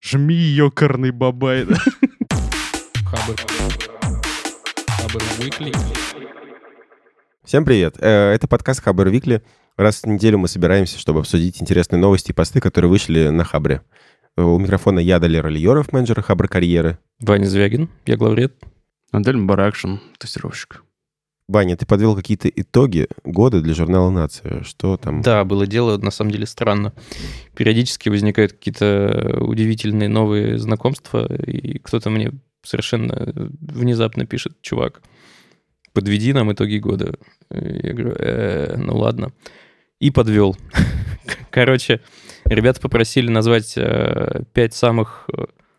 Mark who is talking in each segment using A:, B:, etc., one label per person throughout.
A: Жми, ёкарный бабай.
B: Хабр Weekly.
C: Всем привет. Это подкаст Хабр Weekly. Раз в неделю мы собираемся, чтобы обсудить интересные новости и посты, которые вышли на Хабре. У микрофона я, Далер Алиеров, менеджер Хабр карьеры.
B: Ваня Звягин, я главред.
A: Адель Баракшин, тестировщик.
C: Ваня, ты подвел какие-то итоги года для журнала «Нация». Что там?
B: Да, было дело, на самом деле, странно. Периодически возникают какие-то удивительные новые знакомства, и кто-то мне совершенно внезапно пишет: чувак, подведи нам итоги года. Я говорю, ну ладно. И подвел. Короче, ребята попросили назвать 5 самых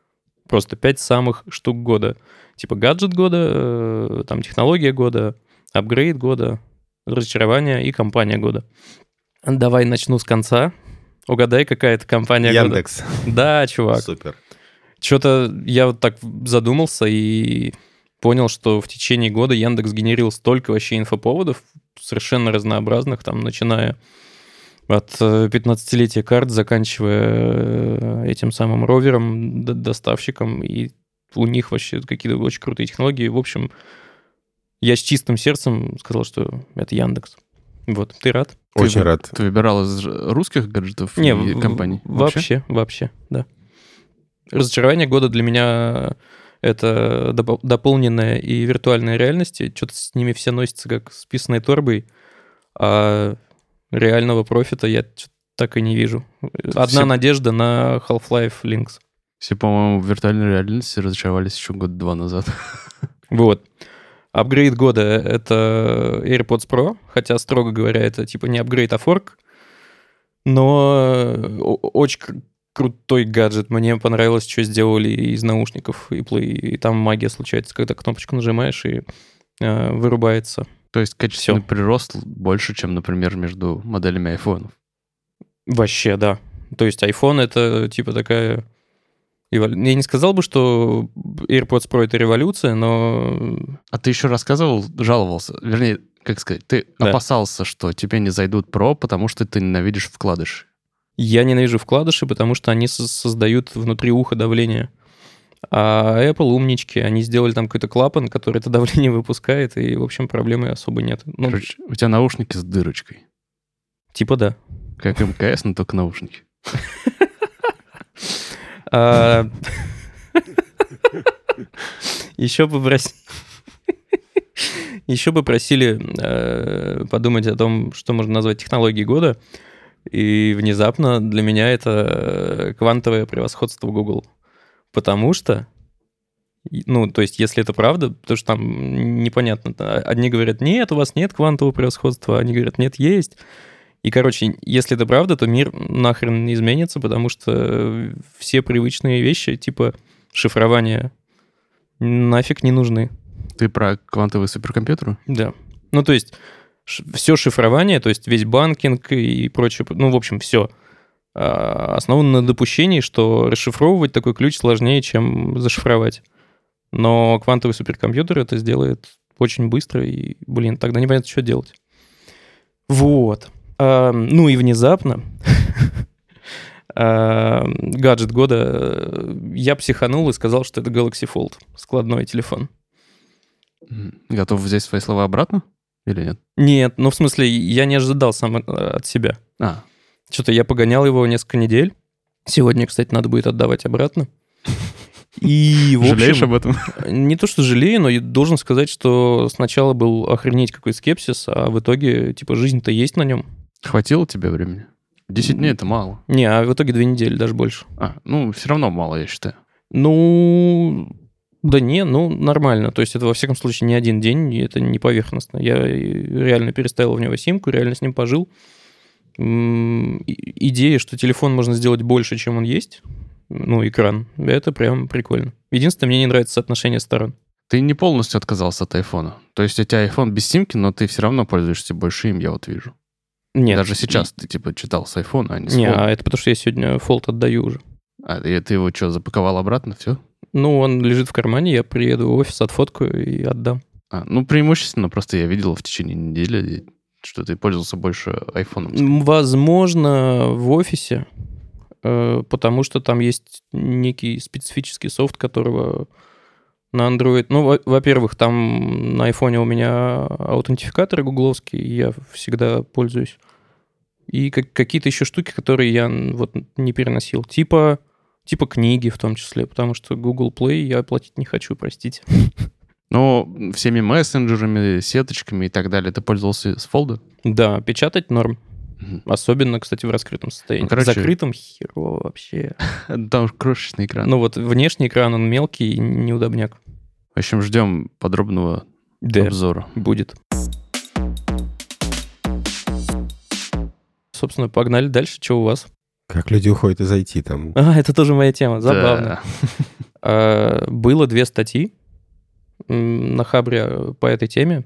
B: штук года. Типа гаджет года, там технология года, апгрейд года, разочарование и компания года. Давай начну с конца. Угадай, какая это компания
C: Яндекс.
B: года. Да, чувак.
C: Супер.
B: Что-то я вот так задумался и понял, что в течение года Яндекс генерил столько вообще инфоповодов, совершенно разнообразных, там, начиная от 15-летия карт, заканчивая этим самым ровером, доставщиком, и у них вообще какие-то очень крутые технологии. В общем, я с чистым сердцем сказал, что это Яндекс. Вот, ты рад?
C: Очень рад.
A: Ты выбирал из русских гаджетов и компаний?
B: Вообще, да. Разочарование года для меня — это дополненная и виртуальная реальность. Что-то с ними все носятся как с писаной торбой, а реального профита я так и не вижу. Одна надежда на Half-Life Links.
A: Все, по-моему, в виртуальной реальности разочаровались еще год-два назад.
B: Вот. Апгрейд года — это AirPods Pro, хотя, строго говоря, это типа не апгрейд, а форк. Но очень крутой гаджет. Мне понравилось, что сделали из наушников Apple. И там магия случается, когда кнопочку нажимаешь и вырубается.
A: То есть качественный прирост больше, чем, например, между моделями айфонов.
B: Вообще, да. То есть iPhone — это типа такая... Я не сказал бы, что AirPods Pro — это революция, но...
A: А ты еще рассказывал, жаловался, вернее, как сказать, ты опасался, что тебе не зайдут Pro, потому что ты ненавидишь вкладыши.
B: Я ненавижу вкладыши, потому что они создают внутри уха давление. А Apple умнички, они сделали там какой-то клапан, который это давление выпускает, и, в общем, проблемы особо нет. Ну,
A: короче, у тебя наушники с дырочкой.
B: Типа да.
A: Как МКС, но только наушники.
B: Еще бы просили подумать о том, что можно назвать технологией года, и внезапно для меня это квантовое превосходство Google. Потому что, ну, то есть, если это правда, потому что там непонятно. Одни говорят, нет, у вас нет квантового превосходства, они говорят, нет, есть. И, короче, если это правда, то мир нахрен не изменится, потому что все привычные вещи, типа шифрования, нафиг не нужны.
A: Ты про квантовые суперкомпьютеры?
B: Да. Ну, то есть, все шифрование, то есть весь банкинг и прочее, ну, в общем, все основано на допущении, что расшифровывать такой ключ сложнее, чем зашифровать. Но квантовый суперкомпьютер это сделает очень быстро, и, блин, тогда непонятно, что делать. Вот. Ну и внезапно гаджет года я психанул и сказал, что это Galaxy Fold, складной телефон.
A: Готов взять свои слова обратно или нет?
B: Нет, ну в смысле, я не ожидал сам от себя. Что-то я погонял его несколько недель. Сегодня, кстати, надо будет отдавать обратно. И, в общем,
A: жалеешь об этом?
B: Не то, что жалею, но должен сказать, что сначала был охренеть какой скепсис, а в итоге, типа, жизнь-то есть на нем.
A: Хватило тебе времени? 10 дней — это мало.
B: Не, а в итоге 2 недели, даже больше.
A: Ну, все равно мало, я считаю.
B: Ну, да не, ну, нормально. То есть это, во всяком случае, не один день, и это не поверхностно. Я реально переставил в него симку, реально с ним пожил. Идея, что телефон можно сделать больше, чем он есть, ну, экран, это прям прикольно. Единственное, мне не нравится соотношение сторон.
A: Ты не полностью отказался от айфона. То есть у тебя iPhone без симки, но ты все равно пользуешься больше им, я вот вижу.
B: Нет.
A: Даже сейчас ты, типа, читал с iPhone, а не с Fold.
B: Не, это потому что я сегодня Fold отдаю уже.
A: И ты его что, запаковал обратно, все?
B: Ну, он лежит в кармане, я приеду в офис, отфоткаю и отдам.
A: Ну, преимущественно, просто я видел в течение недели, что ты пользовался больше айфоном.
B: Возможно, в офисе потому что там есть некий специфический софт, которого на Android... Ну, во-первых, там на iPhone у меня аутентификаторы гугловские, я всегда пользуюсь. И какие-то еще штуки, которые я вот не переносил. Типа книги в том числе, потому что Google Play я оплатить не хочу, простите.
A: Ну, всеми мессенджерами, сеточками и так далее ты пользовался с фолда?
B: Да, печатать норм. Особенно, кстати, в раскрытом состоянии. В закрытом херово вообще.
A: Там крошечный экран.
B: Ну вот внешний экран, он мелкий и неудобняк.
A: В общем, ждем подробного обзора.
B: Будет. Собственно, погнали дальше. Что у вас?
C: Как люди уходят из IT там?
B: Это тоже моя тема. Забавно. Было 2 статьи на Хабре по этой теме.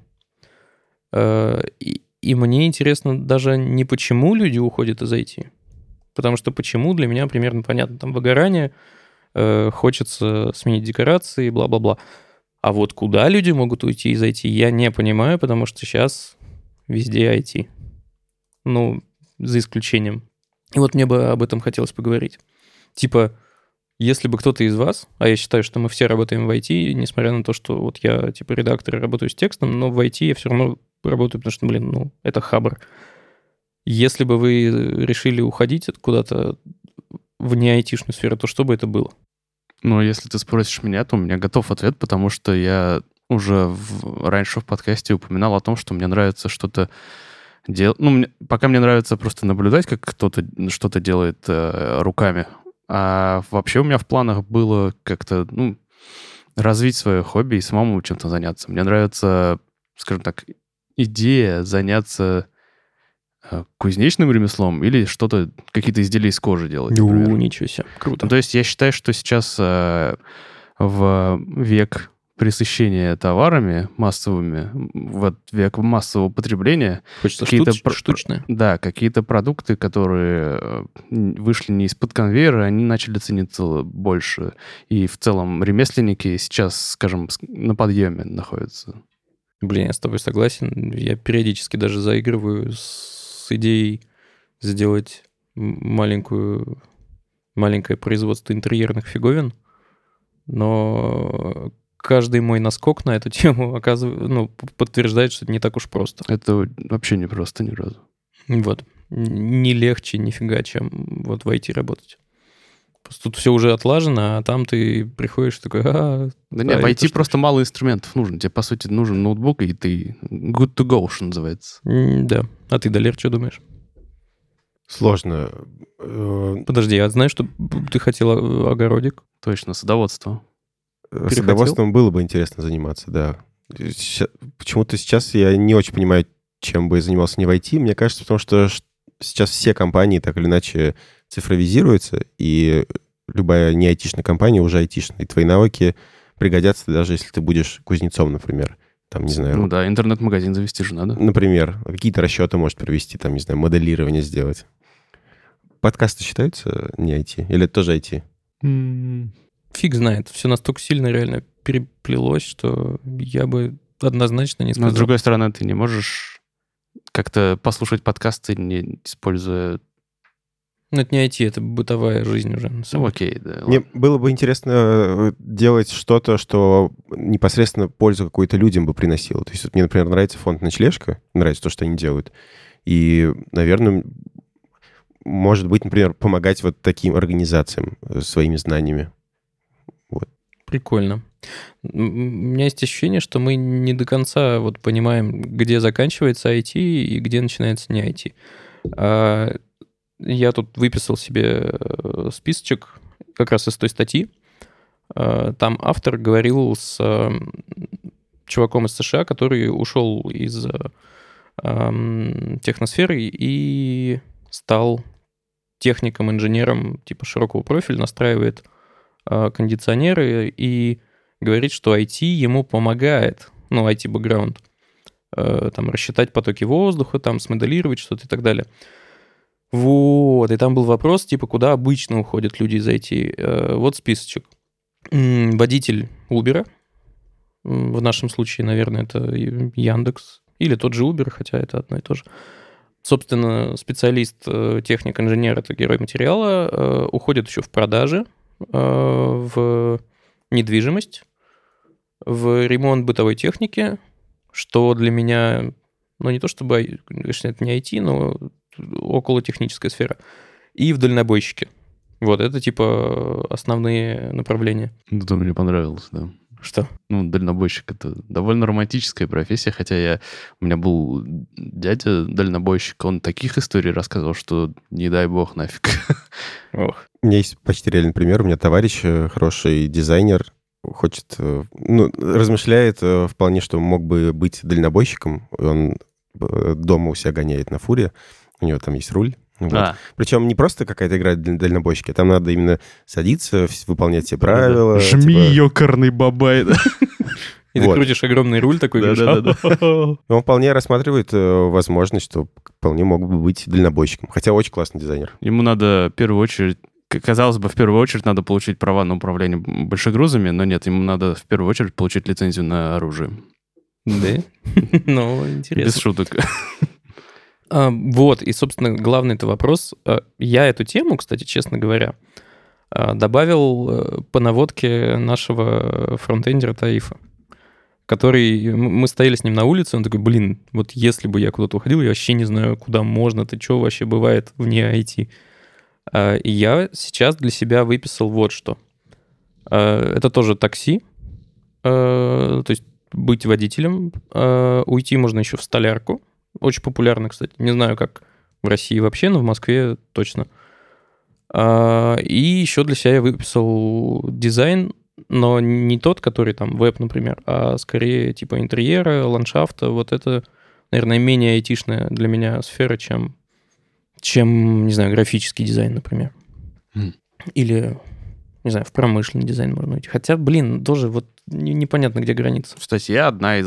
B: И мне интересно даже не почему люди уходят из IT. Потому что почему для меня примерно понятно. Там выгорание, хочется сменить декорации, бла-бла-бла. А вот куда люди могут уйти из IT, я не понимаю, потому что сейчас везде IT. Ну, за исключением. И вот мне бы об этом хотелось поговорить. Типа, если бы кто-то из вас, а я считаю, что мы все работаем в IT, несмотря на то, что вот я типа редактор и работаю с текстом, но в IT я все равно работаю, потому что, это Хабр. Если бы вы решили уходить куда-то в не айтишную сферу, то что бы это было?
A: Ну, если ты спросишь меня, то у меня готов ответ, потому что я уже раньше в подкасте упоминал о том, что мне нравится что-то делать. Ну, пока мне нравится просто наблюдать, как кто-то что-то делает руками. А вообще у меня в планах было как-то, развить свое хобби и самому чем-то заняться. Мне нравится, скажем так, идея заняться кузнечным ремеслом или что-то, какие-то изделия из кожи делать, например.
B: Ничего себе, круто.
A: То есть я считаю, что сейчас в век пресыщения товарами массовыми, в век массового потребления...
B: Хочется
A: какие-то
B: штучное.
A: Да, какие-то продукты, которые вышли не из-под конвейера, они начали цениться больше. И в целом ремесленники сейчас, скажем, на подъеме находятся.
B: Блин, я с тобой согласен. Я периодически даже заигрываю с идеей сделать маленькое производство интерьерных фиговин, но каждый мой наскок на эту тему подтверждает, что это не так уж просто.
A: Это вообще не просто ни разу.
B: Вот. Не легче нифига, чем вот в IT работать. Просто тут все уже отлажено, а там ты приходишь такой...
A: Да нет, в IT просто мало инструментов нужно. Тебе, по сути, нужен ноутбук, и ты good to go, что называется.
B: Да. А ты, Далер, что думаешь?
C: Сложно.
B: Подожди, а знаешь, что ты хотел огородик?
A: Точно, садоводство.
C: Садоводством было бы интересно заниматься, да. Почему-то сейчас я не очень понимаю, чем бы занимался не в IT. Мне кажется, потому что сейчас все компании так или иначе цифровизируются, и любая не айтишная компания уже айтишная. И твои навыки пригодятся, даже если ты будешь кузнецом, например. Там, не знаю...
A: Ну да, интернет-магазин завести же надо.
C: Например, какие-то расчеты может провести, там, не знаю, моделирование сделать. Подкасты считаются не IT? Или это тоже IT?
B: Фиг знает. Все настолько сильно реально переплелось, что я бы однозначно не сказал.
A: Но, с другой стороны, ты не можешь как-то послушать подкасты, не используя...
B: Ну, это не IT, это бытовая жизнь уже.
A: Окей, да.
C: Мне было бы интересно делать что-то, что непосредственно пользу какой-то людям бы приносило. То есть вот мне, например, нравится фонд «Ночлежка», нравится то, что они делают. И, наверное, может быть, например, помогать вот таким организациям своими знаниями. Вот.
B: Прикольно. У меня есть ощущение, что мы не до конца вот понимаем, где заканчивается IT и где начинается не IT. Я тут выписал себе списочек как раз из той статьи. Там автор говорил с чуваком из США, который ушел из техносферы и стал техником, инженером типа широкого профиля, настраивает кондиционеры и говорит, что IT ему помогает, IT-бэкграунд, там рассчитать потоки воздуха, там смоделировать что-то и так далее. Вот, и там был вопрос, типа, куда обычно уходят люди из IT. Вот списочек. Водитель Uber, в нашем случае, наверное, это Яндекс, или тот же Uber, хотя это одно и то же. Собственно, специалист, техник-инженер, это герой материала, уходит еще в продажи, в недвижимость, в ремонт бытовой техники, что для меня, ну, не то чтобы, конечно, это не IT, но около техническая сфера, и в дальнобойщике. Вот, это типа основные направления.
A: Это мне понравилось, да.
B: Что?
A: Ну, дальнобойщик — это довольно романтическая профессия, хотя у меня был дядя дальнобойщик, он таких историй рассказывал, что не дай бог нафиг.
B: Ох.
C: У меня есть почти реальный пример. У меня товарищ, хороший дизайнер, хочет, ну, размышляет вполне, что мог бы быть дальнобойщиком. Он дома у себя гоняет на фуре, у него там есть руль. Вот. Причем не просто какая-то игра для дальнобойщики, а там надо именно садиться, выполнять все правила.
A: Жми, ёкарный бабай.
B: И ты крутишь огромный руль такой.
A: Да.
C: Он вполне рассматривает возможность, что вполне мог бы быть дальнобойщиком. Хотя очень классный дизайнер.
A: Ему надо в первую очередь, казалось бы, в первую очередь надо получить права на управление большегрузами, но нет, ему надо в первую очередь получить лицензию на оружие.
B: Да? Ну, интересно.
A: Без шуток.
B: Вот, и, собственно, главный это вопрос. Я эту тему, кстати, честно говоря, добавил по наводке нашего фронтендера Таифа, который... Мы стояли с ним на улице, он такой, блин, вот если бы я куда-то уходил, я вообще не знаю, куда можно, ты что вообще бывает вне IT. И я сейчас для себя выписал вот что. Это тоже такси, то есть быть водителем, уйти можно еще в столярку. Очень популярно, кстати. Не знаю, как в России вообще, но в Москве точно. И еще для себя я выписал дизайн, но не тот, который там веб, например, а скорее типа интерьера, ландшафта. Вот это, наверное, менее айтишная для меня сфера, чем не знаю, графический дизайн, например. Или, не знаю, в промышленный дизайн можно уйти. Хотя, блин, тоже вот непонятно, где граница.
A: В статье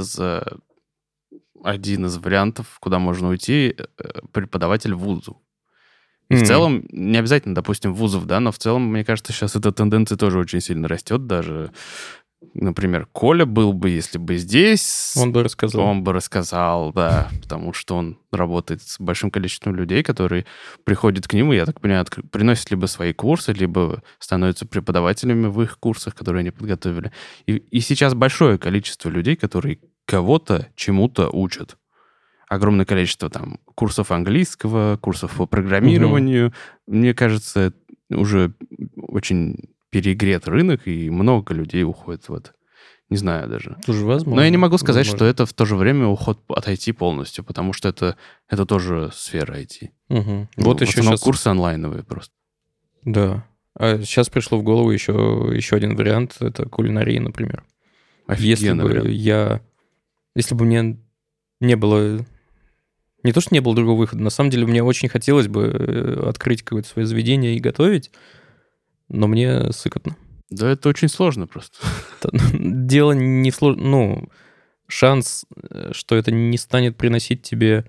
A: один из вариантов, куда можно уйти, преподаватель вузу. И в целом, не обязательно, допустим, вузов, да, но в целом, мне кажется, сейчас эта тенденция тоже очень сильно растет. Даже, например, Коля был бы, если бы здесь...
B: Он бы рассказал,
A: да, потому что он работает с большим количеством людей, которые приходят к нему, я так понимаю, приносят либо свои курсы, либо становятся преподавателями в их курсах, которые они подготовили. И сейчас большое количество людей, которые кого-то чему-то учат. Огромное количество там курсов английского, курсов по программированию. Мне кажется, уже очень перегрет рынок, и много людей уходит в это. Не знаю даже.
B: Тоже возможно.
A: Но я не могу сказать, что это в то же время уход от IT полностью, потому что это тоже сфера IT.
B: Вот еще сейчас...
A: курсы онлайновые просто.
B: Да. А сейчас пришло в голову еще один вариант. Это кулинария, например.
A: Офигенный вариант.
B: Если бы мне не было... Не то, что не было другого выхода. На самом деле, мне очень хотелось бы открыть какое-то свое заведение и готовить, но мне сыкотно.
A: Да, это очень сложно просто.
B: Дело не в сложном... Ну, шанс, что это не станет приносить тебе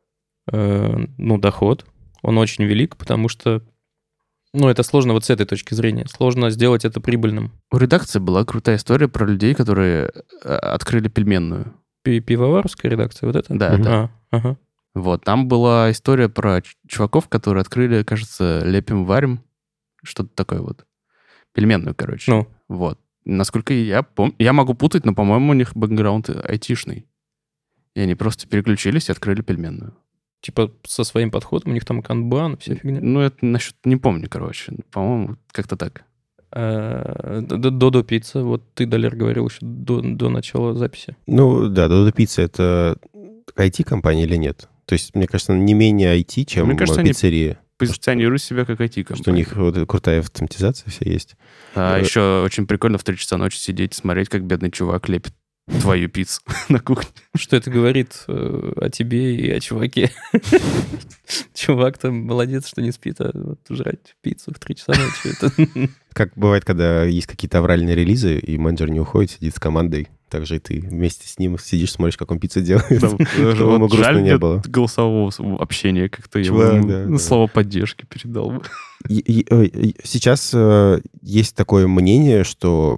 B: доход, он очень велик, потому что это сложно вот с этой точки зрения. Сложно сделать это прибыльным.
A: У редакции была крутая история про людей, которые открыли пельменную.
B: Пивоварская редакция, вот это?
A: Да.
B: Ага.
A: Вот, там была история про чуваков, которые открыли, кажется, лепим-варим, что-то такое вот. Пельменную, короче.
B: Ну.
A: Вот. Насколько я помню, я могу путать, но, по-моему, у них бэкграунд айтишный. И они просто переключились и открыли пельменную.
B: Типа со своим подходом, у них там канбан, вся фигня.
A: Ну, это насчет не помню, короче. По-моему, как-то так.
B: Додо Пицца, вот ты, Далер, говорил еще до начала записи.
C: Ну, да, Додо Пицца — это IT-компания или нет? То есть, мне кажется, не менее IT, чем пиццерия.
A: Они позиционируют себя как IT-компания.
C: Что у них вот крутая автоматизация вся есть.
A: А еще очень прикольно в 3 часа ночи сидеть, смотреть, как бедный чувак лепит твою пиццу на кухне.
B: Что это говорит о тебе и о чуваке? Чувак-то молодец, что не спит, а вот жрать пиццу в 3 часа ночи.
C: Как бывает, когда есть какие-то авральные релизы, и менеджер не уходит, сидит с командой. Также и ты вместе с ним сидишь, смотришь, как он пиццу делает. Чтобы ему грустно не было.
A: Голосового общения как-то ему слово поддержки передал бы.
C: Сейчас есть такое мнение, что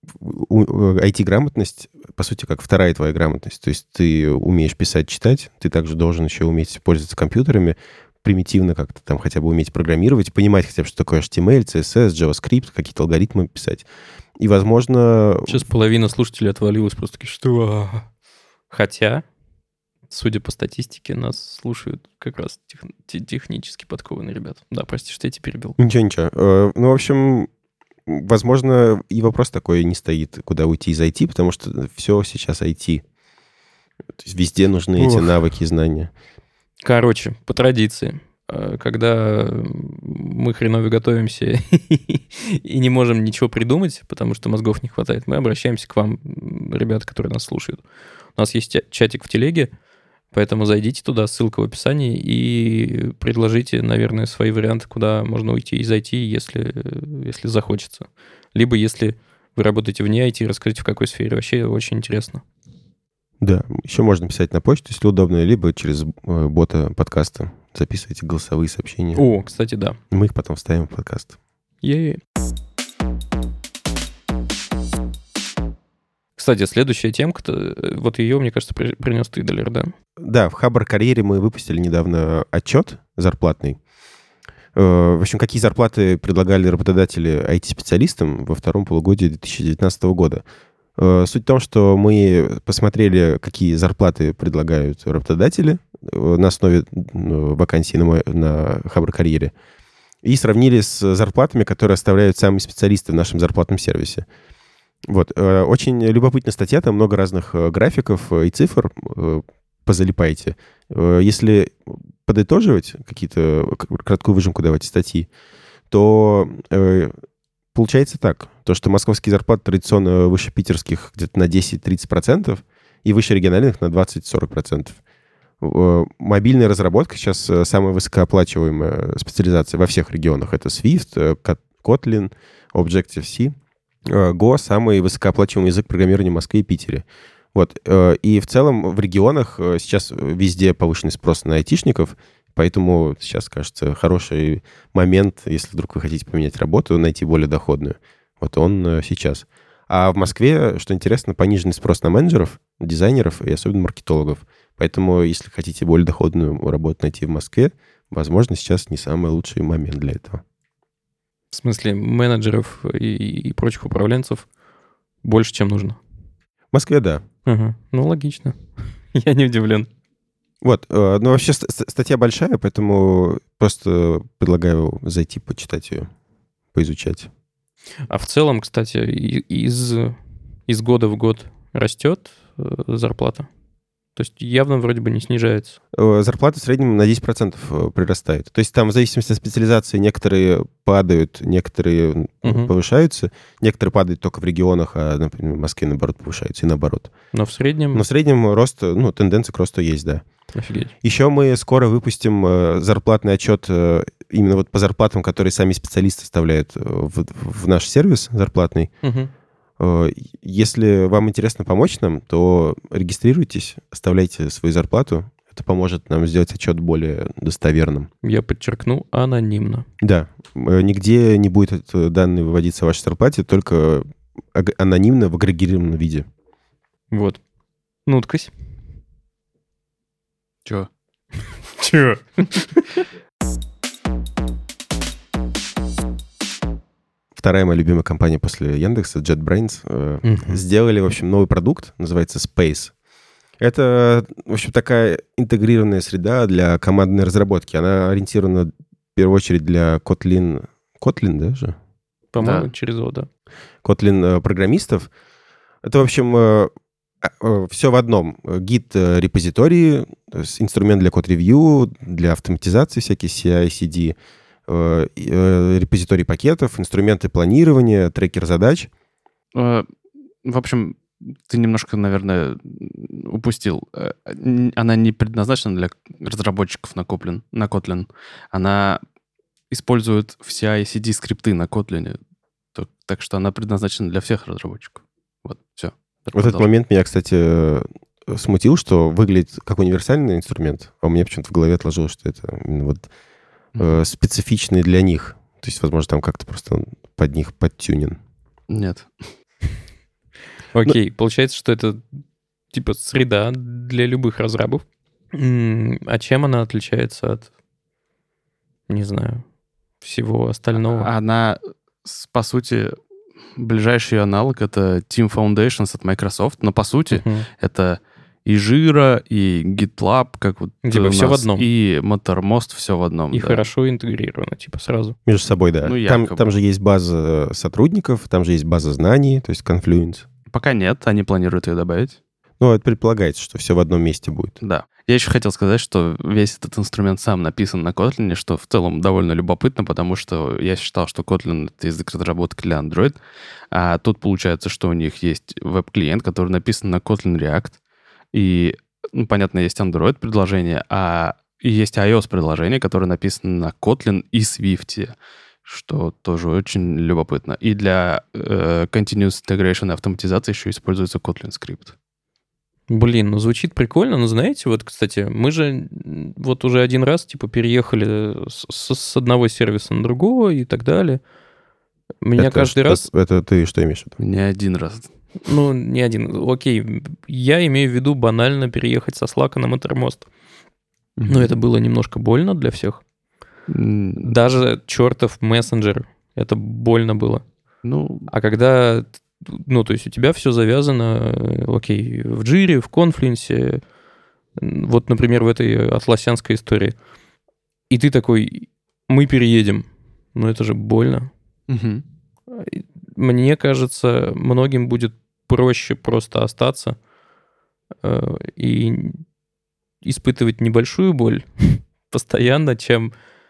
C: IT-грамотность, по сути, как вторая твоя грамотность. То есть ты умеешь писать, читать, ты также должен еще уметь пользоваться компьютерами, примитивно как-то там хотя бы уметь программировать, понимать хотя бы, что такое HTML, CSS, JavaScript, какие-то алгоритмы писать. И, возможно...
B: Сейчас половина слушателей отвалилась просто такие, что... Хотя, судя по статистике, нас слушают как раз технически подкованные ребята. Да, прости, что я тебя перебил.
C: Ничего. Ну, в общем, возможно, и вопрос такой не стоит, куда уйти из IT, потому что все сейчас IT. То есть везде нужны эти навыки и знания.
B: Короче, по традиции, когда мы хреново готовимся и не можем ничего придумать, потому что мозгов не хватает, мы обращаемся к вам, ребята, которые нас слушают. У нас есть чатик в телеге, поэтому зайдите туда, ссылка в описании, и предложите, наверное, свои варианты, куда можно уйти и зайти, если захочется. Либо если вы работаете вне IT, расскажите, в какой сфере. Вообще очень интересно.
C: Да, еще можно писать на почту, если удобно, либо через бота подкаста записывайте голосовые сообщения.
B: О, кстати, да.
C: Мы их потом вставим в подкаст.
B: Кстати, следующая темка-то, вот ее, мне кажется, принес ты, Далер, да?
C: Да, в Хабр Карьере мы выпустили недавно отчет зарплатный. В общем, какие зарплаты предлагали работодатели IT-специалистам во втором полугодии 2019 года. Суть в том, что мы посмотрели, какие зарплаты предлагают работодатели на основе вакансий на Хабр Карьере, и сравнили с зарплатами, которые оставляют сами специалисты в нашем зарплатном сервисе. Вот. Очень любопытная статья, там много разных графиков и цифр. Позалипайте. Если подытоживать какие-то, краткую выжимку давать статьи, то получается так, то, что московские зарплаты традиционно выше питерских где-то на 10-30% и выше региональных на 20-40%. Мобильная разработка сейчас самая высокооплачиваемая специализация во всех регионах. Это Swift, Kotlin, Objective-C. Go — самый высокооплачиваемый язык программирования в Москве и Питере. Вот. И в целом в регионах сейчас везде повышенный спрос на айтишников, поэтому сейчас, кажется, хороший момент, если вдруг вы хотите поменять работу, найти более доходную. Вот он сейчас. А в Москве, что интересно, пониженный спрос на менеджеров, дизайнеров и особенно маркетологов. Поэтому, если хотите более доходную работу найти в Москве, возможно, сейчас не самый лучший момент для этого.
B: В смысле, менеджеров и прочих управленцев больше, чем нужно?
C: В Москве, да.
B: Ага. Ну, логично. Я не удивлен.
C: Вот. Ну, вообще статья большая, поэтому просто предлагаю зайти, почитать ее, поизучать.
B: А в целом, кстати, из года в год растет зарплата? То есть явно вроде бы не снижается.
C: Зарплата в среднем на 10% прирастает. То есть там в зависимости от специализации некоторые падают, некоторые повышаются, некоторые падают только в регионах, а, например, в Москве, наоборот, повышаются, и наоборот.
B: Но в среднем...
C: Но в среднем рост, тенденция к росту есть, да.
B: Офигеть.
C: Еще мы скоро выпустим зарплатный отчет именно вот по зарплатам, которые сами специалисты вставляют в наш сервис зарплатный. Если вам интересно помочь нам, то регистрируйтесь, оставляйте свою зарплату. Это поможет нам сделать отчет более достоверным.
B: Я подчеркну, анонимно.
C: Да. Нигде не будет данные выводиться о вашей зарплате, только анонимно в агрегированном виде.
B: Вот. Ну, ткась.
A: Чё?
B: Чё?
C: Вторая моя любимая компания после Яндекса, JetBrains, сделали, в общем, новый продукт, называется Space. Это, в общем, такая интегрированная среда для командной разработки. Она ориентирована, в первую очередь, для Kotlin, да же?
B: По-моему, через О, да.
C: Kotlin программистов. Это, в общем, все в одном. Гид репозитории, инструмент для код-ревью, для автоматизации всякие CI/CD, репозиторий пакетов, инструменты планирования, трекер задач.
A: В общем, ты немножко, наверное, упустил. Она не предназначена для разработчиков на Kotlin. Она использует CI/CD скрипты на Kotlin. Так что она предназначена для всех разработчиков. Вот, все.
C: Вот этот момент меня, кстати, смутил, что выглядит как универсальный инструмент, а у меня почему-то в голове отложилось, что это именно вот специфичный для них. То есть, возможно, там как-то просто он под них подтюнен.
A: Нет.
B: Окей, получается, что это типа среда для любых разрабов. А чем она отличается от, не знаю, всего остального?
A: Она, по сути, ближайший аналог — это Team Foundations от Microsoft, но, по сути, это и Jira, и GitLab, как вот
B: типа
A: у
B: все в
A: нас,
B: одном.
A: и Mattermost, все в одном.
B: И
A: да.
B: хорошо интегрировано, типа сразу.
C: Между собой, да.
A: Ну,
C: Там же есть база сотрудников, там же есть база знаний, то есть Confluence.
A: Пока нет, они планируют ее добавить.
C: Ну, это предполагается, что все в одном месте будет.
A: Да. Я еще хотел сказать, что весь этот инструмент сам написан на Kotlin, что в целом довольно любопытно, потому что я считал, что Kotlin — это язык разработки для Android, а тут получается, что у них есть веб-клиент, который написан на Kotlin React, и, ну, понятно, есть Android-предложение, а есть iOS-предложение, которое написано на Kotlin и Swift, что тоже очень любопытно. И для Continuous Integration и автоматизации еще используется Kotlin Script.
B: Блин, ну звучит прикольно, но знаете, вот, кстати, мы же вот уже один раз, типа, переехали с одного сервиса на другого и так далее. Меня каждый раз...
C: Это ты что имеешь в виду?
A: Не один раз.
B: Ну, не один. Окей, я имею в виду банально переехать со Slack на Mattermost. Но это было немножко больно для всех. Даже чертов мессенджер, это больно было.
A: Ну,
B: А когда... Ну, то есть у тебя все завязано, окей, в Jira, в Confluence, вот, например, в этой атласянской истории. И ты такой, мы переедем. Ну, это же больно.
A: угу.
B: Мне кажется, многим будет проще просто остаться и испытывать небольшую боль постоянно, чем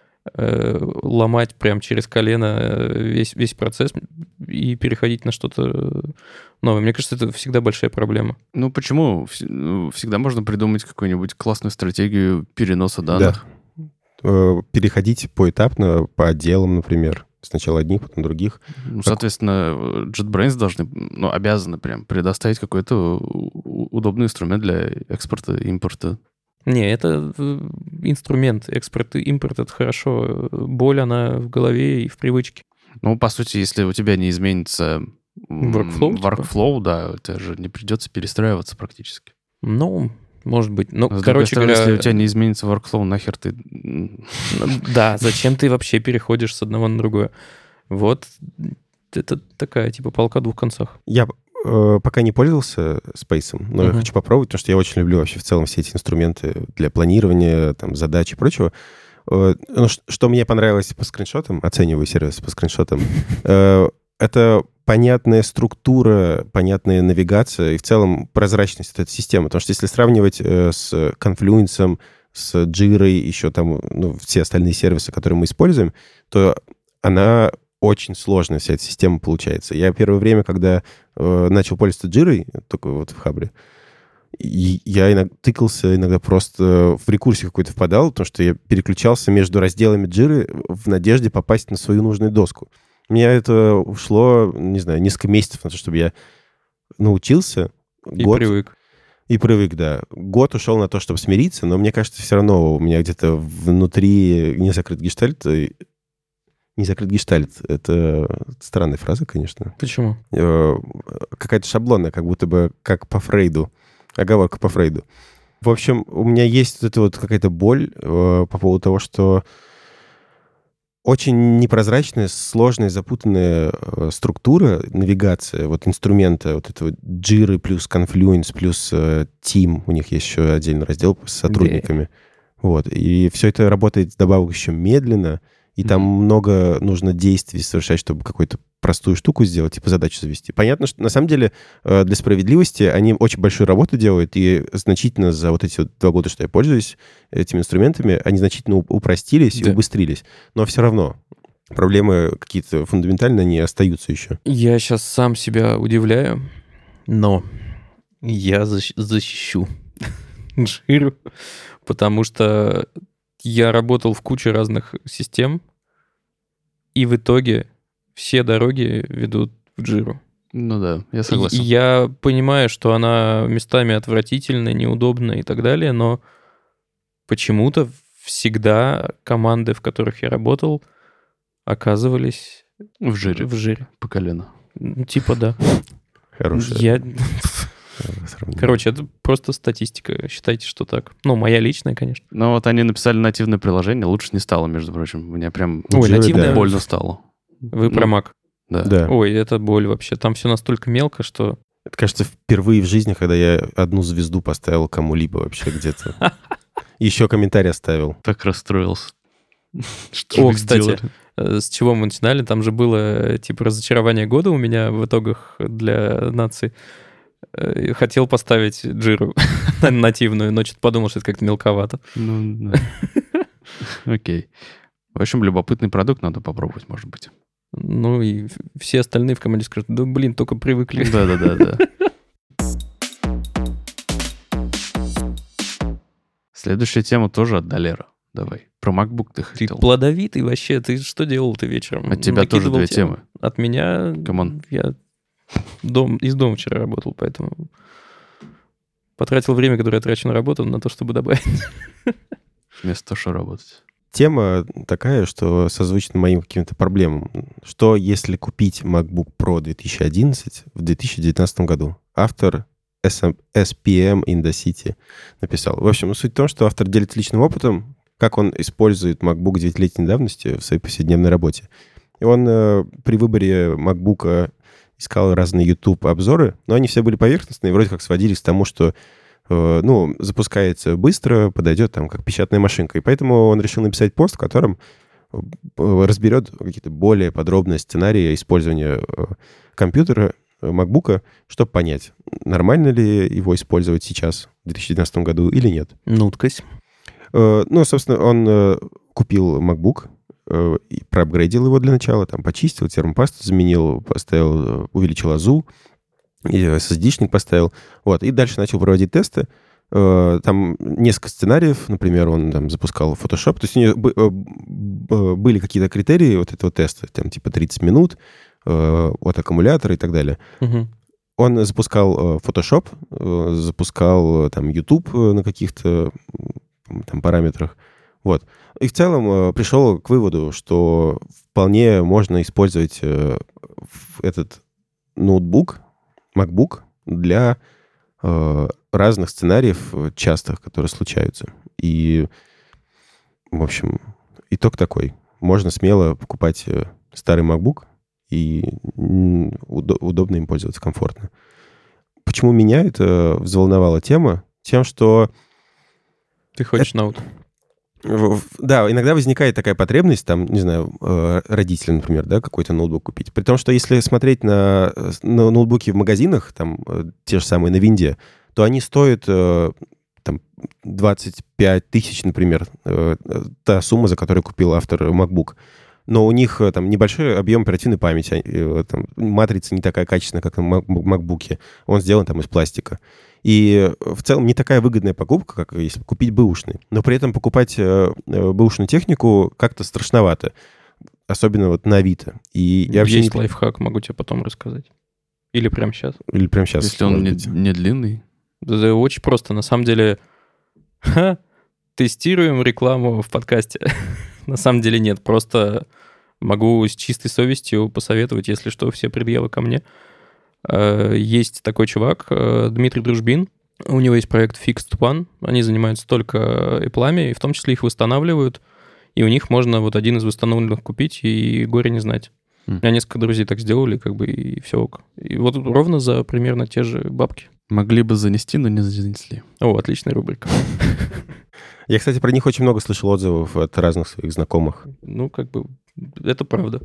B: ломать прям через колено весь процесс и переходить на что-то новое. Мне кажется, это всегда большая проблема.
A: Ну, почему? Всегда можно придумать какую-нибудь классную стратегию переноса данных.
C: Да. Переходить поэтапно по отделам, например. Сначала одних, потом других.
A: Ну, соответственно, JetBrains должны, ну, обязаны прям предоставить какой-то удобный инструмент для экспорта и импорта.
B: Не, это инструмент. Экспорт и импорт — это хорошо. Боль, она в голове и в привычке.
A: Ну, по сути, если у тебя не изменится
B: Workflow,
A: да, это же не придется перестраиваться практически.
B: Ну, может быть. Ну,
A: С
B: короче
A: другой стороны,
B: говоря...
A: если у тебя не изменится workflow, нахер ты...
B: Да, зачем ты вообще переходишь с одного на другое? Вот это такая, типа, палка о двух концах.
C: Я пока не пользовался Space, но я хочу попробовать, потому что я очень люблю вообще в целом все эти инструменты для планирования, там, задач и прочего. Ну, что мне понравилось по скриншотам, оцениваю сервис по скриншотам, это понятная структура, понятная навигация и в целом прозрачность этой системы. Потому что если сравнивать с Confluence, с Jira, еще там, ну, все остальные сервисы, которые мы используем, то она очень сложная, вся эта система получается. Я первое время, когда начал пользоваться Jira, только вот в Хабре, я иногда тыкался, иногда просто в рекурсию какой-то впадал, потому что я переключался между разделами Jira в надежде попасть на свою нужную доску. У меня это ушло, не знаю, несколько месяцев на то, чтобы я научился.
B: И привык.
C: И привык, да. Год ушел на то, чтобы смириться, но мне кажется, все равно у меня где-то внутри не закрыт гештальт. Не закрыт гештальт. Это странная фраза, конечно.
B: Почему?
C: Какая-то шаблонная, как будто бы как по Фрейду. Оговорка по Фрейду. В общем, у меня есть вот эта вот какая-то боль по поводу того, что очень непрозрачная, сложная, запутанная структура, навигация, вот инструмента, вот этого Jira плюс Confluence плюс Team, у них есть еще отдельный раздел с сотрудниками. Вот. И все это работает вдобавок еще медленно, и там много нужно действий совершать, чтобы какую-то простую штуку сделать, типа задачу завести. Понятно, что на самом деле для справедливости они очень большую работу делают, и значительно за вот эти вот 2 года, что я пользуюсь этими инструментами, они значительно упростились и убыстрились. Но все равно проблемы какие-то фундаментальные, они остаются еще.
B: Я сейчас сам себя удивляю, но я защищу Jira, потому что я работал в куче разных систем, и в итоге все дороги ведут в Jira.
A: Ну да, я согласен.
B: И я понимаю, что она местами отвратительная, неудобная и так далее, но почему-то всегда команды, в которых я работал, оказывались
A: в Jira.
B: В Jira.
A: По колено.
B: Ну, типа да.
C: Хорошее.
B: Короче, это просто статистика. Считайте, что так. Ну, моя личная, конечно.
A: Но вот они написали нативное приложение, лучше не стало, между прочим. Мне прям
B: Ой, нативное...
A: больно стало.
B: Вы про Mac?
A: Да.
B: Ой, это боль вообще. Там все настолько мелко, что...
C: Это, кажется, впервые в жизни, когда я одну звезду поставил кому-либо вообще где-то. Еще комментарий оставил.
A: Так расстроился. Что
B: О, кстати, с чего мы начинали? Там же было, типа, разочарование года у меня в итогах для нации. Хотел поставить Джиру нативную, но что-то подумал, что это как-то мелковато.
A: Ну, да. Окей. В общем, любопытный продукт надо попробовать, может быть.
B: Ну, и все остальные в команде скажут, да, блин, только привыкли.
A: Да. Следующая тема тоже от Долера. Давай. Про MacBook ты
B: Ты
A: хотел.
B: плодовитый вообще. Ты что делал ты вечером?
A: От тебя тоже
B: Накидывал
A: две темы.
B: От меня...
A: Камон.
B: Я из дома вчера работал, поэтому потратил время, которое я трачу на работу, на то, чтобы добавить.
A: Вместо того, что работать.
C: Тема такая, что созвучна моим каким-то проблемам. Что если купить MacBook Pro 2011 в 2019 году? Автор SPM in the City написал. В общем, суть в том, что автор делится личным опытом, как он использует MacBook 9-летней давности в своей повседневной работе. И он при выборе MacBook искал разные YouTube-обзоры, но они все были поверхностные, вроде как сводились к тому, что запускается быстро, подойдет там как печатная машинка. И поэтому он решил написать пост, в котором разберет какие-то более подробные сценарии использования компьютера, MacBook'а, чтобы понять, нормально ли его использовать сейчас, в 2019 году, или нет.
B: Нуткась.
C: Собственно, он купил MacBook, и проапгрейдил его для начала, там, почистил, термопасту заменил, поставил, увеличил АЗУ, и SSD-шник поставил. Вот. И дальше начал проводить тесты. Там несколько сценариев. Например, он там запускал Photoshop. То есть у него были какие-то критерии вот этого теста. Там типа 30 минут от аккумулятора и так далее.
B: Угу.
C: Он запускал Photoshop, запускал там YouTube на каких-то там параметрах. Вот. И в целом пришел к выводу, что вполне можно использовать этот ноутбук, MacBook, для разных сценариев частых, которые случаются. И, в общем, итог такой. Можно смело покупать старый MacBook, и удобно им пользоваться, комфортно. Почему меня это взволновала тема? Тем, что...
B: Ты хочешь ноут?
C: Да, иногда возникает такая потребность, там, не знаю, родителям, например, да, какой-то ноутбук купить. При том, что если смотреть на ноутбуки в магазинах, там, те же самые на Винде, то они стоят там 25 тысяч, например, та сумма, за которую купил автор MacBook. Но у них там небольшой объем оперативной памяти, там, матрица не такая качественная, как на MacBook'е. Он сделан там из пластика. И в целом не такая выгодная покупка, как если купить бэушный. Но при этом покупать бэушную технику как-то страшновато. Особенно вот на Авито. И я вообще
B: Есть лайфхак, могу тебе потом рассказать. Или прямо сейчас.
C: Или прямо сейчас.
A: Если он не длинный.
B: Да, очень просто. На самом деле, тестируем рекламу в подкасте. На самом деле нет. Просто могу с чистой совестью посоветовать, если что, все предъявы ко мне. Есть такой чувак, Дмитрий Дружбин. У него есть проект Fixed One. Они занимаются только Apple'ами, и в том числе их восстанавливают. И у них можно вот один из восстановленных купить и горе не знать. У меня несколько друзей так сделали, как бы, и все ок. И вот ровно за примерно те же бабки.
A: Могли бы занести, но не занесли.
B: О, отличная рубрика.
C: Я, кстати, про них очень много слышал отзывов от разных своих знакомых.
B: Ну, как бы, это правда.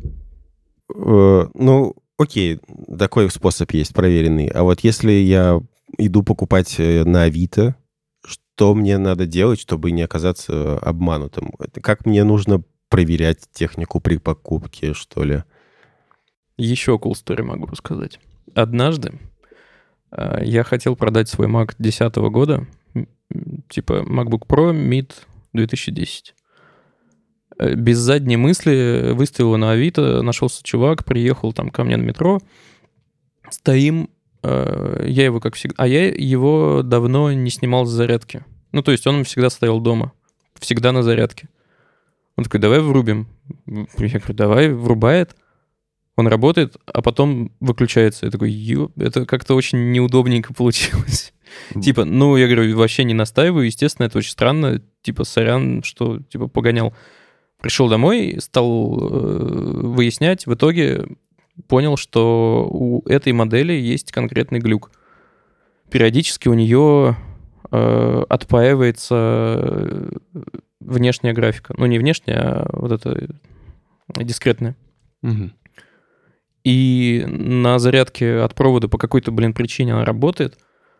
C: Окей, такой способ есть, проверенный. А вот если я иду покупать на Авито, что мне надо делать, чтобы не оказаться обманутым? Как мне нужно проверять технику при покупке, что ли?
B: Еще cool story могу рассказать. Однажды я хотел продать свой Mac 2010 года, типа MacBook Pro Mid 2010. Без задней мысли выставил его на Авито, нашелся чувак, приехал там ко мне на метро, стоим, я его как всегда... А я его давно не снимал с зарядки. Ну, то есть он всегда стоял дома, всегда на зарядке. Он такой, давай врубим. Я говорю, давай, врубает. Он работает, а потом выключается. Я такой, это как-то очень неудобненько получилось. Типа, я говорю, вообще не настаиваю. Естественно, это очень странно. Типа, сорян, что, типа, погонял. Пришел домой, стал выяснять. В итоге понял, что у этой модели есть конкретный глюк. Периодически у нее отпаивается внешняя графика. Ну, не внешняя, а вот эта дискретная.
A: Угу.
B: И на зарядке от провода по какой-то, причине она работает,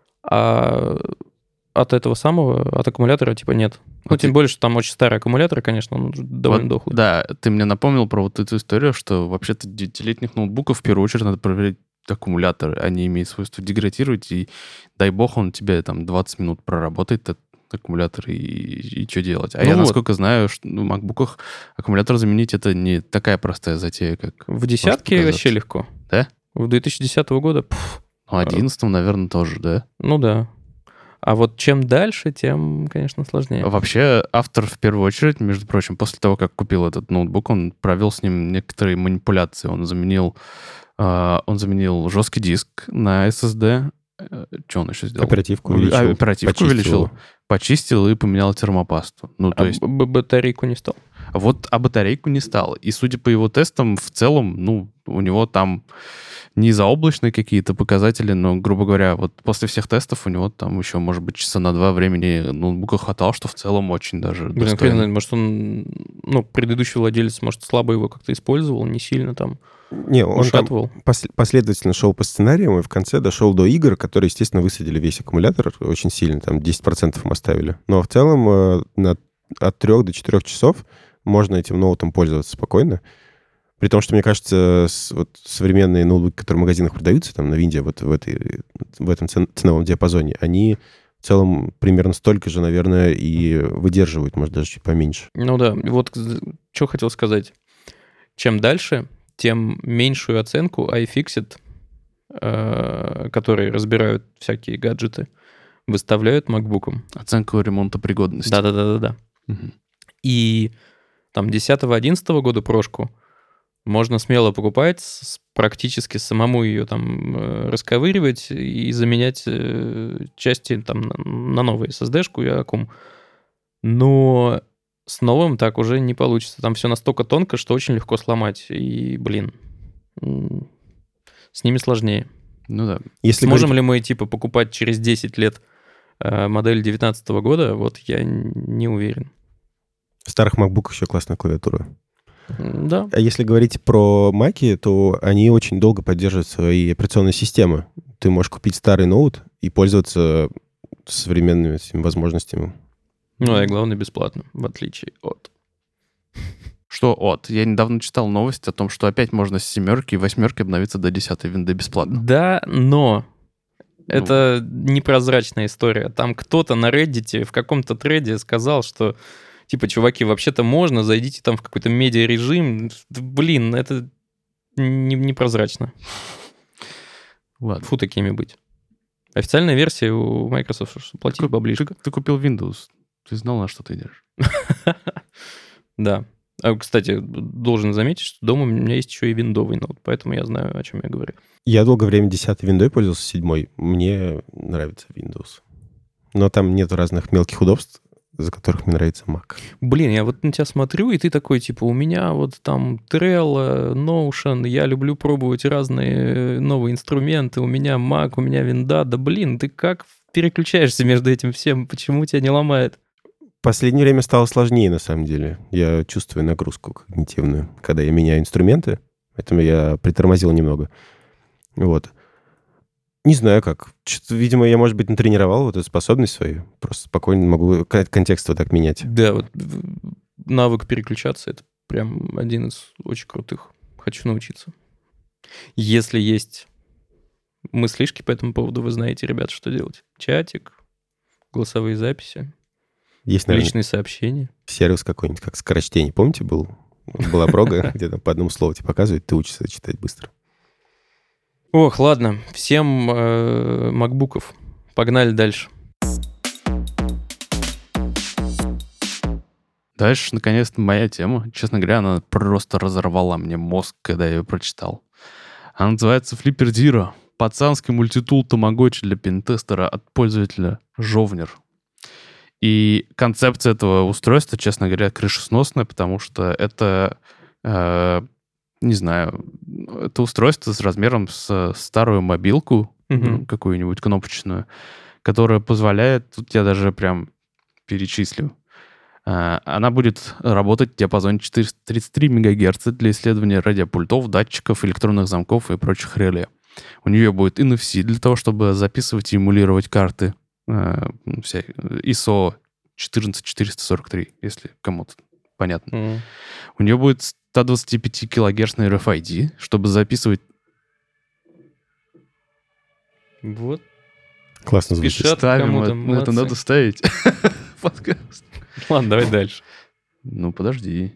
B: а от этого самого, от аккумулятора, типа, нет. Тем более, что там очень старый аккумулятор, конечно, он довольно дохлый.
A: Да, ты мне напомнил про вот эту историю, что вообще-то девятилетних ноутбуков в первую очередь надо проверять аккумуляторы. Они имеют свойство деградировать, и дай бог он тебе там 20 минут проработает, этот аккумулятор, и что делать? А я, насколько знаю, что в макбуках аккумулятор заменить это не такая простая затея, как...
B: В десятке вообще легко.
A: Да?
B: В 2010 года...
A: В 11, наверное, тоже, да?
B: Ну да. А вот чем дальше, тем, конечно, сложнее.
A: Вообще, автор, в первую очередь, между прочим, после того, как купил этот ноутбук, он провел с ним некоторые манипуляции. Он заменил жесткий диск на SSD. Что он еще сделал?
C: Оперативку увеличил.
A: Оперативку увеличил, почистил и поменял термопасту. То есть...
B: батарейку не стал?
A: Вот, батарейку не стал. И судя по его тестам, в целом, у него там не заоблачные какие-то показатели, но, грубо говоря, вот после всех тестов у него там еще, может быть, часа на 2 времени ноутбука хватало, что в целом очень даже достойно.
B: Может, он, предыдущий владелец, может, слабо его как-то использовал, не сильно там ушатывал.
C: Он там последовательно шел по сценариям и в конце дошел до игр, которые, естественно, высадили весь аккумулятор очень сильно, там 10% им оставили. Но в целом от 3 до 4 часов можно этим ноутом пользоваться спокойно. При том, что, мне кажется, современные ноутбуки, которые в магазинах продаются, там, на Винде, вот в этом ценовом диапазоне, они в целом примерно столько же, наверное, и выдерживают, может, даже чуть поменьше.
B: Ну да, вот что хотел сказать. Чем дальше, тем меньшую оценку iFixit, которые разбирают всякие гаджеты, выставляют макбукам.
A: Оценку ремонтопригодности.
B: Да.
A: Угу.
B: И там 10-11 года прошку можно смело покупать, практически самому ее там расковыривать и заменять части там на новую SSD-шку и аккум. Но с новым так уже не получится. Там все настолько тонко, что очень легко сломать. И, с ними сложнее.
A: Ну да.
B: Сможем ли мы, покупать через 10 лет модель 2019 года? Вот я не уверен.
C: В старых макбуках еще классная клавиатура.
B: Да.
C: А если говорить про маки, то они очень долго поддерживают свои операционные системы. Ты можешь купить старый ноут и пользоваться современными этими возможностями.
B: И главное, бесплатно, в отличие от...
A: Что от? Я недавно читал новость о том, что опять можно с 7 и 8 обновиться до 10 винды бесплатно.
B: Да, но это непрозрачная история. Там кто-то на Reddit в каком-то треде сказал, что чуваки, вообще-то можно, зайдите там в какой-то медиарежим. Это непрозрачно.
A: Ладно.
B: Фу такими быть. Официальная версия у Microsoft, что платить баблишко.
A: Ты купил Windows. Ты знал, на что ты идешь.
B: Да. Кстати, должен заметить, что дома у меня есть еще и виндовый ноут, поэтому я знаю, о чем я говорю.
C: Я долгое время 10-й виндой пользовался, 7-й. Мне нравится Windows. Но там нет разных мелких удобств, за которых мне нравится Mac.
B: Я вот на тебя смотрю, и ты такой, у меня вот там Trello, Notion, я люблю пробовать разные новые инструменты, у меня Mac, у меня винда. Да ты как переключаешься между этим всем? Почему тебя не ломает?
C: В последнее время стало сложнее, на самом деле. Я чувствую нагрузку когнитивную, когда я меняю инструменты. Поэтому я притормозил немного. Вот. Не знаю как. Видимо, я, может быть, натренировал вот эту способность свою. Просто спокойно могу контекст вот так менять.
B: Да, вот навык переключаться — это прям один из очень крутых. Хочу научиться. Если есть мыслишки по этому поводу, вы знаете, ребята, что делать. Чатик, голосовые записи,
C: есть, наверное,
B: личные сообщения.
C: Сервис какой-нибудь, как скорочтение. Помните, была прога, где там по одному слову тебе показывают, ты учишься читать быстро.
B: Ох, ладно. Всем макбуков. Погнали дальше.
A: Дальше, наконец-то, моя тема. Честно говоря, она просто разорвала мне мозг, когда я ее прочитал. Она называется Flipper Zero. Пацанский мультитул тамагочи для пентестера от пользователя Жовнер. И концепция этого устройства, честно говоря, крышесносная, потому что это, не знаю, это устройство с размером с старую мобилку, какую-нибудь кнопочную, которая позволяет, тут я даже прям перечислю, она будет работать в диапазоне 433 МГц для исследования радиопультов, датчиков, электронных замков и прочих реле. У нее будет NFC для того, чтобы записывать и эмулировать карты ISO 14443, если кому-то понятно. У нее будет 125 килогерцный RFID, чтобы записывать...
B: Вот.
C: Классно звучит.
B: Спешат
A: Ставим, это надо ставить. Подкаст.
B: Ладно, давай дальше.
A: Ну, подожди.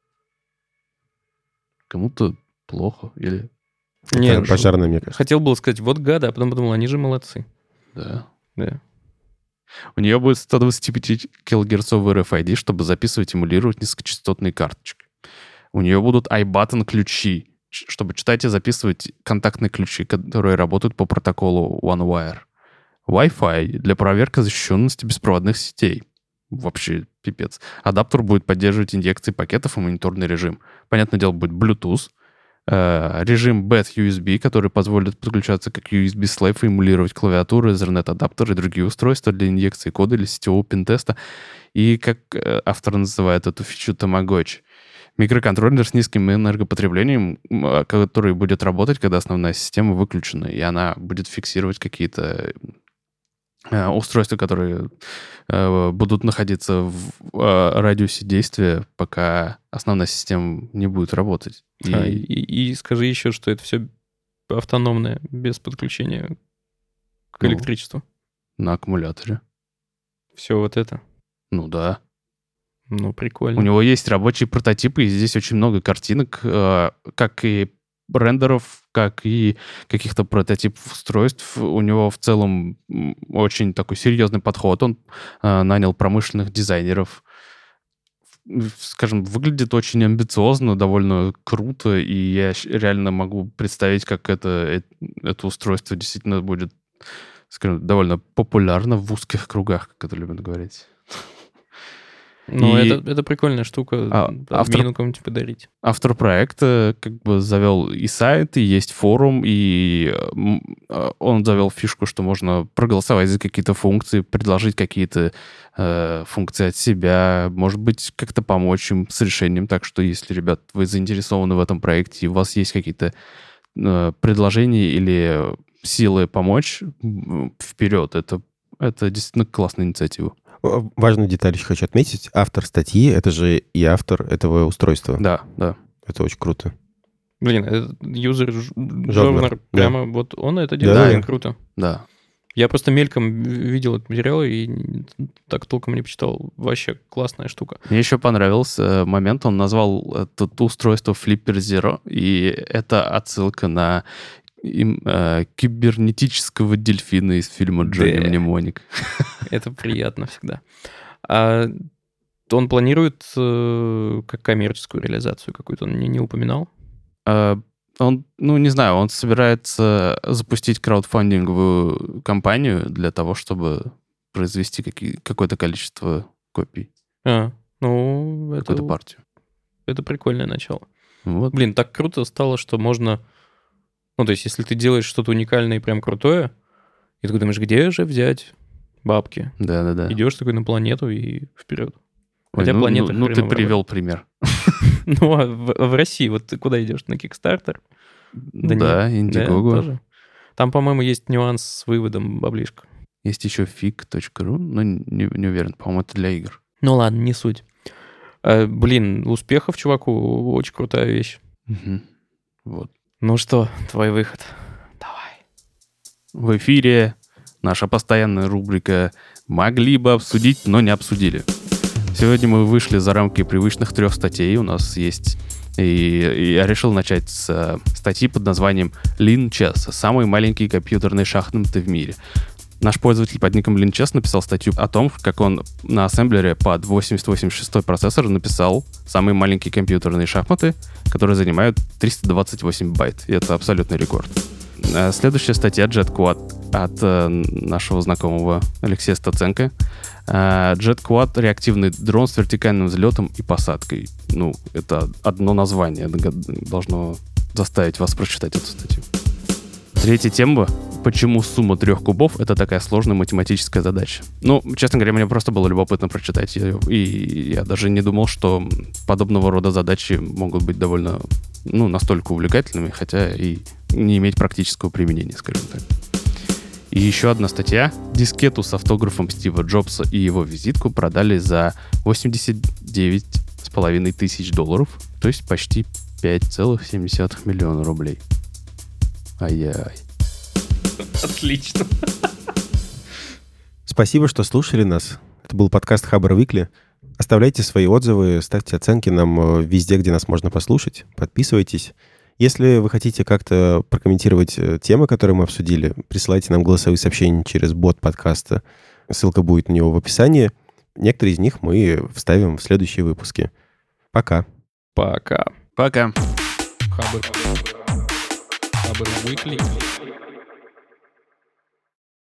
A: Кому-то плохо или...
B: Нет,
C: пожарная, мне кажется.
B: хотел было сказать, вот гады, а потом подумал, они же молодцы.
A: Да.
B: Да.
A: У нее будет 125 килогерцовый RFID, чтобы записывать и эмулировать низкочастотные карточки. У нее будут iButton ключи, чтобы читать и записывать контактные ключи, которые работают по протоколу OneWire. Wi-Fi для проверки защищенности беспроводных сетей. Вообще пипец. Адаптер будет поддерживать инъекции пакетов и мониторный режим. Понятное дело, будет Bluetooth. Режим BET USB, который позволит подключаться как USB-слейв и эмулировать клавиатуру, Ethernet-адаптер и другие устройства для инъекции кода или сетевого пентеста. И, как автор называет эту фичу, Tamagotchi. Микроконтроллер с низким энергопотреблением, который будет работать, когда основная система выключена, и она будет фиксировать какие-то устройства, которые будут находиться в радиусе действия, пока основная система не будет работать.
B: И скажи еще, что это все автономное, без подключения к электричеству.
A: На аккумуляторе.
B: Все вот это.
A: Ну да.
B: Ну, прикольно.
A: У него есть рабочие прототипы, и здесь очень много картинок, как и рендеров, как и каких-то прототипов устройств. У него в целом очень такой серьезный подход. Он нанял промышленных дизайнеров. Скажем, выглядит очень амбициозно, довольно круто, и я реально могу представить, как это устройство действительно будет, скажем, довольно популярно в узких кругах, как это любят говорить.
B: Ну, это прикольная штука, админу кому-нибудь подарить.
A: Автор проекта как бы завел и сайт, и есть форум, и он завел фишку, что можно проголосовать за какие-то функции, предложить какие-то функции от себя, может быть, как-то помочь им с решением. Так что, если, ребят, вы заинтересованы в этом проекте, и у вас есть какие-то предложения или силы помочь, вперед. Это действительно классная инициатива.
C: Важную деталь еще хочу отметить. Автор статьи — это же и автор этого устройства.
A: Да, да.
C: Это очень круто.
B: Блин, этот юзер Жовнер, прямо вот он это делает,
A: Да.
B: блин, круто.
A: Да.
B: Я просто мельком видел этот материал и так толком не почитал. Вообще классная штука.
A: Мне еще понравился момент, он назвал это устройство Flipper Zero, и это отсылка на кибернетического дельфина из фильма «Джонни Мнемоник».
B: Это приятно всегда. А он планирует как коммерческую реализацию какую-то? Он не упоминал?
A: Он, не знаю, он собирается запустить краудфандинговую кампанию для того, чтобы произвести какое-то количество копий. Какую-то партию.
B: Это прикольное начало.
A: Вот.
B: Блин, так круто стало, что можно... Ну, то есть, если ты делаешь что-то уникальное и прям крутое, и ты думаешь, где же взять бабки?
A: Да.
B: Идешь такой на планету и вперед.
A: Ой,
B: Хотя планета...
A: ты привел пример.
B: Ну, а в России вот ты куда идешь? На Kickstarter?
A: Да, Indiegogo.
B: Тоже. Там, по-моему, есть нюанс с выводом баблишка.
A: Есть еще fig.ru, но не уверен. По-моему, это для игр.
B: Ну ладно, не суть. Блин, успехов чуваку, очень крутая вещь.
A: Угу. Вот.
B: Ну что, твой выход? Давай.
A: В эфире наша постоянная рубрика «Могли бы обсудить, но не обсудили». Сегодня мы вышли за рамки привычных 3 статей. У нас есть... И я решил начать с статьи под названием «Lean Chess. Самые маленькие компьютерные шахматы в мире». Наш пользователь под ником Линчес написал статью о том, как он на ассемблере под 8086 процессор написал самые маленькие компьютерные шахматы, которые занимают 328 байт. И это абсолютный рекорд. Следующая статья JetQuad от нашего знакомого Алексея Стаценко. JetQuad — реактивный дрон с вертикальным взлетом и посадкой. Ну, это одно название должно заставить вас прочитать эту статью. Третья тема. Почему сумма 3 кубов — это такая сложная математическая задача? Ну, честно говоря, мне просто было любопытно прочитать ее, и я даже не думал, что подобного рода задачи могут быть довольно, настолько увлекательными, хотя и не иметь практического применения, скажем так. И еще одна статья. Дискету с автографом Стива Джобса и его визитку продали за $89,5 тысяч, то есть почти 5,7 миллиона рублей. Ай-яй.
B: Отлично.
C: Спасибо, что слушали нас. Это был подкаст Хабр Weekly. Оставляйте свои отзывы, ставьте оценки нам везде, где нас можно послушать. Подписывайтесь. Если вы хотите как-то прокомментировать темы, которые мы обсудили, присылайте нам голосовые сообщения через бот подкаста. Ссылка будет на него в описании. Некоторые из них мы вставим в следующие выпуски. Пока.
B: Пока.
A: Пока.
B: Хабр Weekly.